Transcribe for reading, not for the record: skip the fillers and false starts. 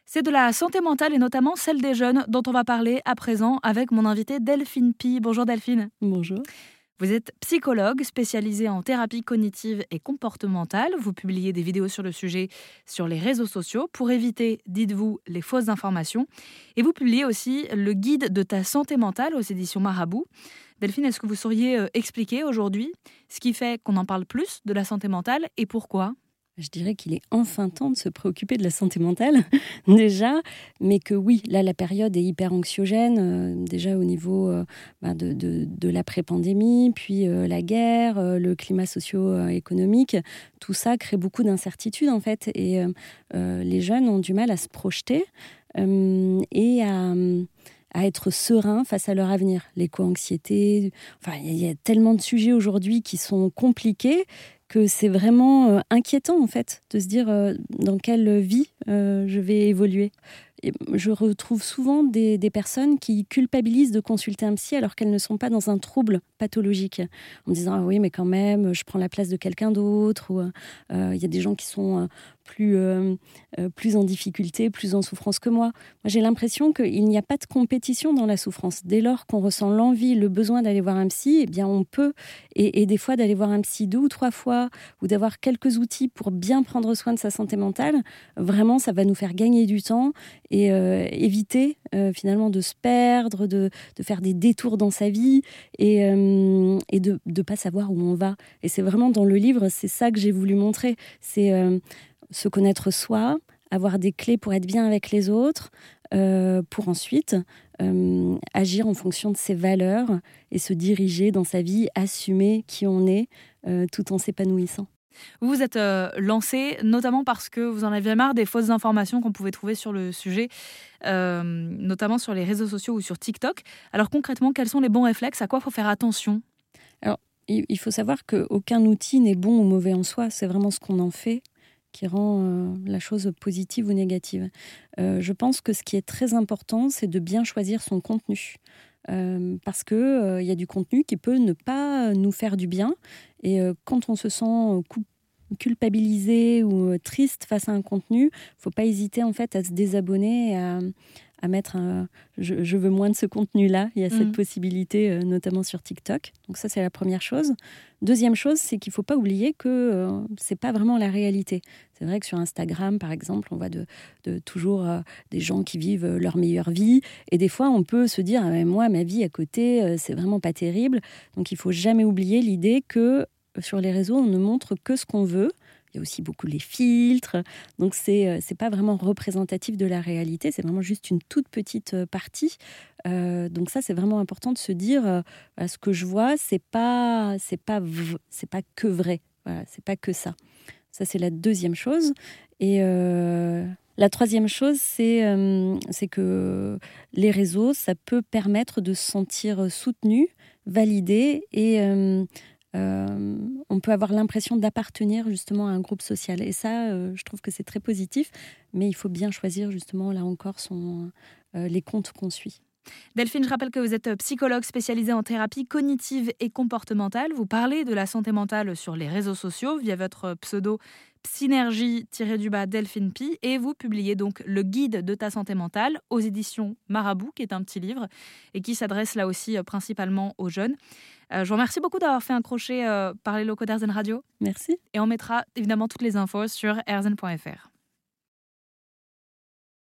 C'est de la santé mentale et notamment celle des jeunes dont on va parler à présent avec mon invitée Delphine Pi. Bonjour Delphine. Bonjour. Vous êtes psychologue spécialisée en thérapie cognitive et comportementale. Vous publiez des vidéos sur le sujet sur les réseaux sociaux pour éviter, dites-vous, les fausses informations. Et vous publiez aussi le guide de ta santé mentale aux éditions Marabout. Delphine, est-ce que vous sauriez expliquer aujourd'hui ce qui fait qu'on en parle plus de la santé mentale et pourquoi ? Je dirais qu'il est enfin temps de se préoccuper de la santé mentale, déjà, mais que oui, là, la période est hyper anxiogène, déjà au niveau de l'après-pandémie, puis la guerre, le climat socio-économique, tout ça crée beaucoup d'incertitudes, en fait, et les jeunes ont du mal à se projeter et à être sereins face à leur avenir. L'éco-anxiété, enfin, il y a tellement de sujets aujourd'hui qui sont compliqués que c'est vraiment inquiétant, en fait, de se dire dans quelle vie je vais évoluer. Et je retrouve souvent des personnes qui culpabilisent de consulter un psy alors qu'elles ne sont pas dans un trouble pathologique. En me disant « Ah oui, mais quand même, je prends la place de quelqu'un d'autre » ou il y a des gens qui sont plus en difficulté, plus en souffrance que moi. Moi, j'ai l'impression qu'il n'y a pas de compétition dans la souffrance. Dès lors qu'on ressent l'envie, le besoin d'aller voir un psy, eh bien on peut, et des fois d'aller voir un psy 2 ou 3 fois, ou d'avoir quelques outils pour bien prendre soin de sa santé mentale, vraiment, ça va nous faire gagner du temps et éviter finalement de se perdre, de faire des détours dans sa vie et de ne pas savoir où on va. Et c'est vraiment dans le livre, c'est ça que j'ai voulu montrer. C'est se connaître soi, avoir des clés pour être bien avec les autres, pour ensuite agir en fonction de ses valeurs et se diriger dans sa vie, assumer qui on est, tout en s'épanouissant. Vous vous êtes lancée notamment parce que vous en aviez marre des fausses informations qu'on pouvait trouver sur le sujet, notamment sur les réseaux sociaux ou sur TikTok. Alors concrètement, quels sont les bons réflexes ? À quoi il faut faire attention ? Alors, il faut savoir qu'aucun outil n'est bon ou mauvais en soi. C'est vraiment ce qu'on en fait qui rend la chose positive ou négative. Je pense que ce qui est très important, c'est de bien choisir son contenu. Parce qu'il y a du contenu qui peut ne pas nous faire du bien. Et quand on se sent culpabilisé ou triste face à un contenu, il ne faut pas hésiter en fait, à se désabonner et à mettre je veux moins de ce contenu-là. Il y a cette possibilité, notamment sur TikTok. Donc ça, c'est la première chose. Deuxième chose, c'est qu'il ne faut pas oublier que ce n'est pas vraiment la réalité. C'est vrai que sur Instagram, par exemple, on voit toujours des gens qui vivent leur meilleure vie. Et des fois, on peut se dire « Moi, ma vie à côté, c'est vraiment pas terrible ». Donc il ne faut jamais oublier l'idée que sur les réseaux, on ne montre que ce qu'on veut. Il y a aussi beaucoup les filtres. Donc, c'est pas vraiment représentatif de la réalité. C'est vraiment juste une toute petite partie. Donc ça, c'est vraiment important de se dire ce que je vois, c'est pas que vrai. Voilà, c'est pas que ça. Ça, c'est la deuxième chose. Et la troisième chose, c'est que les réseaux, ça peut permettre de se sentir soutenu, validé et on peut avoir l'impression d'appartenir justement à un groupe social. Et ça, je trouve que c'est très positif, mais il faut bien choisir justement, là encore, les comptes qu'on suit. Delphine, je rappelle que vous êtes psychologue spécialisée en thérapie cognitive et comportementale. Vous parlez de la santé mentale sur les réseaux sociaux via votre pseudo Psynergie-Delphine Pi et vous publiez donc le guide de ta santé mentale aux éditions Marabout, qui est un petit livre et qui s'adresse là aussi principalement aux jeunes. Je vous remercie beaucoup d'avoir fait un crochet par les locaux d'RZN Radio. Merci. Et on mettra évidemment toutes les infos sur rzn.fr.